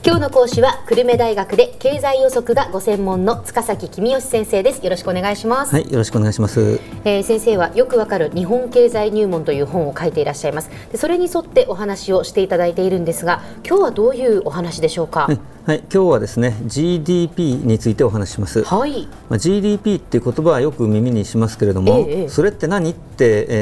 今日の講師は久留米大学で経済予測がご専門の塚崎公義先生です。よろしくお願いします。 はい、よろしくお願いします。 先生はよくわかる日本経済入門という本を書いていらっしゃいます。でそれに沿ってお話をしていただいているんですが、今日はどういうお話でしょうか。 はい、今日はですね GDP についてお話しします。 はい。 GDP っていう言葉はよく耳にしますけれども、それって何って、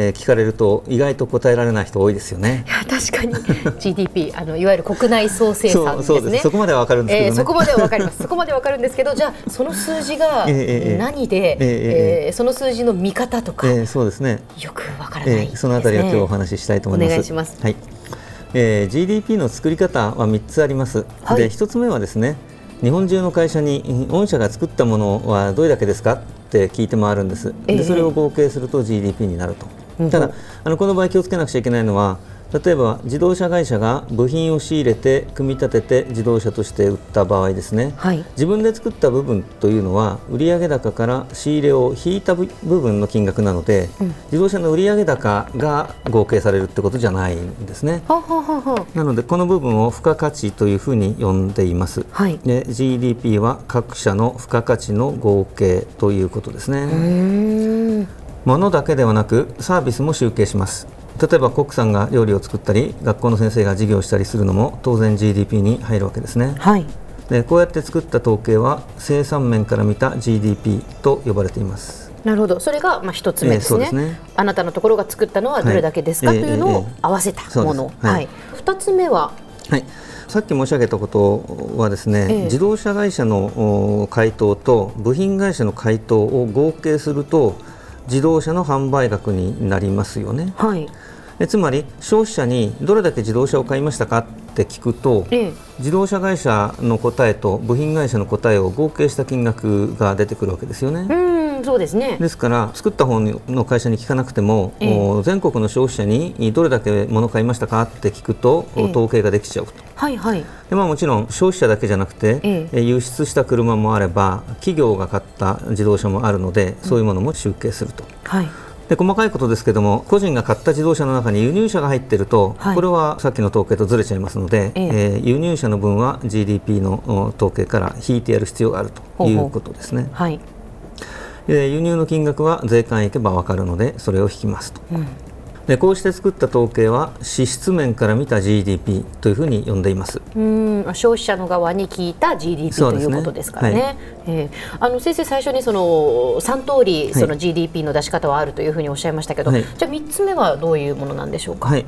聞かれると意外と答えられない人多いですよね。 いや確かにGDP いわゆる国内総生産ですね。 そうです。そこまでは分かるんですけどね。 そこまでは分かります。そこまでは分かるんですけど、じゃあその数字が何で、その数字の見方とか、 そうですね、 よく分からないですね。 そのあたりを今日お話ししたいと思います。 お願いします。 はい。GDP の作り方は3つあります。 はい、 で1つ目はですね、日本中の会社に御社が作ったものはどれだけですかって聞いて回るんです。でそれを合計すると GDP になると。ただこの場合気をつけなくちゃいけないのは、例えば自動車会社が部品を仕入れて組み立てて自動車として売った場合ですね、 はい、 自分で作った部分というのは売上高から仕入れを引いた部分の金額なので、自動車の売上高が合計されるってことじゃないんですね。なのでこの部分を付加価値というふうに呼んでいます。 はい、 で GDP は各社の付加価値の合計ということですね。物だけではなくサービスも集計します。例えばコックさんが料理を作ったり、学校の先生が授業をしたりするのも当然 GDP に入るわけですね。 はい、 でこうやって作った統計は生産面から見た GDP と呼ばれています。 なるほど。それが一つ目ですね。 そうですね。 あなたのところが作ったのはどれだけですか、というのを合わせたもの。2つ目は、 はい、さっき申し上げたことはですね、自動車会社の回答と部品会社の回答を合計すると自動車の販売額になりますよね。 はい、 つまり消費者にどれだけ自動車を買いましたかって聞くと、自動車会社の答えと部品会社の答えを合計した金額が出てくるわけですよね。 そうですね。 ですから作った方の会社に聞かなくても、全国の消費者にどれだけ物買いましたかって聞くと、統計ができちゃうと。 はいはい。 でもちろん消費者だけじゃなくて、輸出した車もあれば企業が買った自動車もあるので、そういうものも集計すると。 はい。 で細かいことですけども、個人が買った自動車の中に輸入車が入っていると、これはさっきの統計とずれちゃいますので、輸入車の分は GDP の統計から引いてやる必要があるということですね。 はい、 輸入の金額は税関へ行けば分かるのでそれを引きますと。でこうして作った統計は支出面から見た GDP というふうに呼んでいます。 消費者の側に聞いた GDP ということですからね。先生最初にその3通りその GDP の出し方はあるというふうにおっしゃいましたけど、じゃあ3つ目はどういうものなんでしょうか。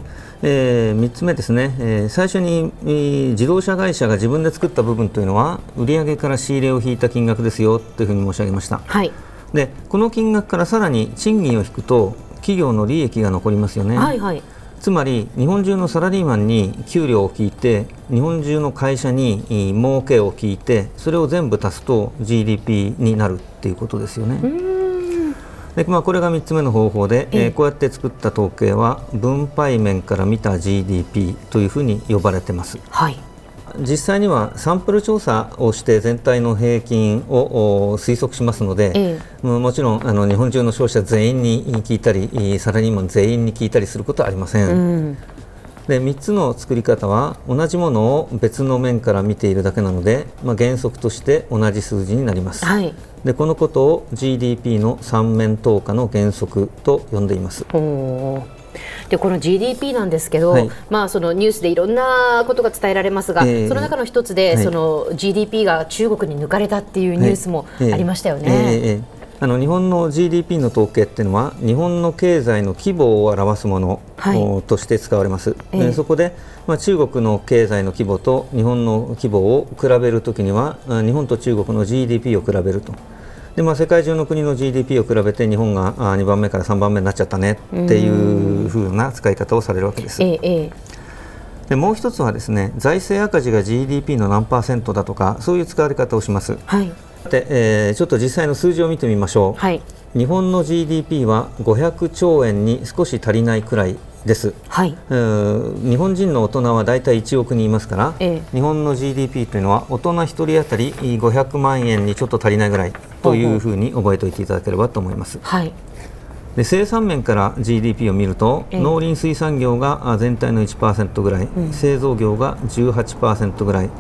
3つ目ですね、最初に自動車会社が自分で作った部分というのは売上から仕入れを引いた金額ですよというふうに申し上げました。でこの金額からさらに賃金を引くと企業の利益が残りますよね。つまり日本中のサラリーマンに給料を聞いて、日本中の会社に儲けを聞いて、それを全部足すと GDP になるっていうことですよね。でこれが3つ目の方法で、こうやって作った統計は分配面から見た GDP というふうに呼ばれてます。実際にはサンプル調査をして全体の平均を推測しますので、もちろん日本中の消費者全員に聞いたりサラリーマン全員に聞いたりすることはありません。で3つの作り方は同じものを別の面から見ているだけなので、原則として同じ数字になります。でこのことを GDP の三面等価の原則と呼んでいます。 でこの GDP なんですけど、そのニュースでいろんなことが伝えられますが、その中の一つで、その GDP が中国に抜かれたっていうニュースもありましたよね。 日本の GDP の統計っていうのは日本の経済の規模を表すもの、として使われます。そこで、中国の経済の規模と日本の規模を比べるときには日本と中国の GDP を比べると。で世界中の国の GDP を比べて日本が2番目から3番目になっちゃったねっていう風な使い方をされるわけです。でもう一つはですね、財政赤字が GDP の何%だとか、そういう使われ方をします。でちょっと実際の数字を見てみましょう。日本の GDP は500兆円に少し足りないくらいです。日本人の大人はだいたい1億人いますから、日本の GDP というのは大人1人当たり500万円にちょっと足りないぐらいというふうに覚えておいていただければと思います。で生産面から GDP を見ると、農林水産業が全体の 1% ぐらい、製造業が 18% ぐらい、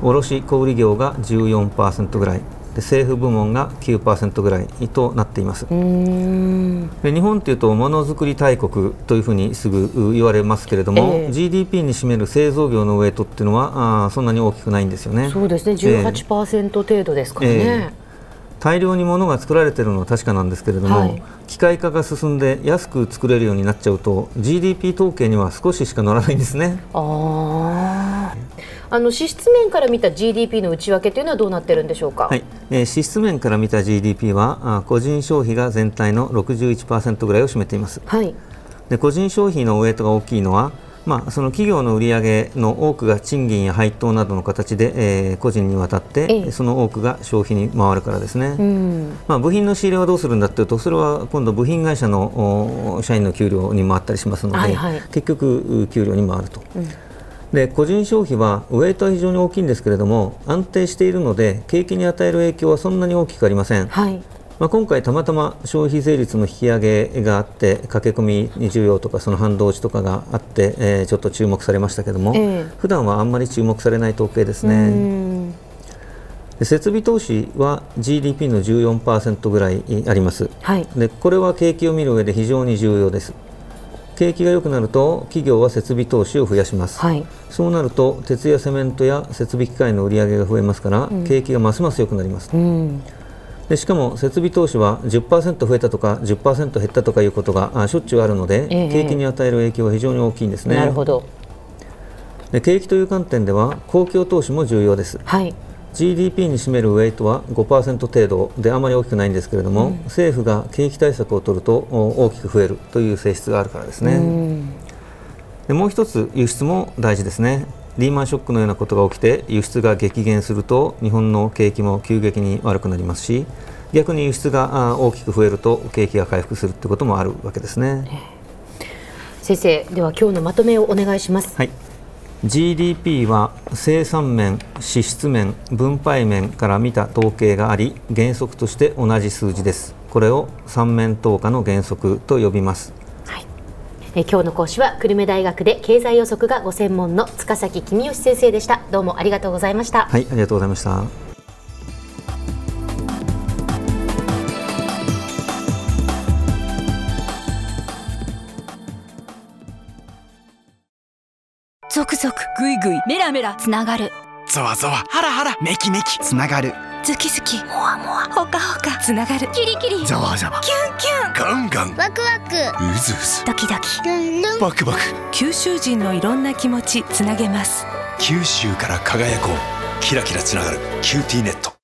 卸小売業が 14% ぐらいで、政府部門が 9% ぐらいとなっています。で日本というとものづくり大国というふうにすぐ言われますけれども、GDP に占める製造業のウエイトっていうのはそんなに大きくないんですよね。 そうですね、18% 程度ですからね。 大量に物が作られているのは確かなんですけれども、機械化が進んで安く作れるようになっちゃうと GDP 統計には少ししか乗らないんですね。 支出面から見た GDP の内訳というのはどうなっているんでしょうか。 支出面から見た GDP は個人消費が全体の 61% ぐらいを占めています。で個人消費のウエイトが大きいのは、その企業の売上の多くが賃金や配当などの形で、個人に渡って、その多くが消費に回るからですね。部品の仕入れはどうするんだというと、それは今度部品会社の社員の給料に回ったりしますので、結局給料に回ると。で個人消費はウエイトは非常に大きいんですけれども、安定しているので景気に与える影響はそんなに大きくありません。今回たまたま消費税率の引き上げがあって、駆け込み需要とかその反動値とかがあって、ちょっと注目されましたけども、普段はあんまり注目されない統計ですね。で設備投資は GDP の 14% ぐらいあります。でこれは景気を見る上で非常に重要です。景気が良くなると企業は設備投資を増やします。そうなると鉄やセメントや設備機械の売り上げが増えますから、景気がますます良くなります。でしかも設備投資は 10% 増えたとか 10% 減ったとかいうことがしょっちゅうあるので、景気に与える影響は非常に大きいんですね。 なるほど。 で景気という観点では公共投資も重要です。GDP に占めるウエイトは 5% 程度であまり大きくないんですけれども、政府が景気対策を取ると大きく増えるという性質があるからですね。でもう一つ輸出も大事ですね。リーマンショックのようなことが起きて輸出が激減すると日本の景気も急激に悪くなりますし、逆に輸出が大きく増えると景気が回復するということもあるわけですね。 先生、では今日のまとめをお願いします。 GDP は生産面、支出面、分配面から見た統計があり、原則として同じ数字です。これを三面統価の原則と呼びます。 今日の講師は久留米大学で経済予測がご専門の塚崎公義先生でした。どうもありがとうございました。 ありがとうございました。 ゾクゾクグイグイメラメラつながる、 ゾワゾワハラハラメキメキつながる、 ズキズキモワモワホカホカつながる、キリキリザワザワキュンキュンガンガンワクワクうずうずドキドキルンルンバクバク、 九州人のいろんな気持ちつなげます。 九州から輝こう、キラキラつながるキューティーネット。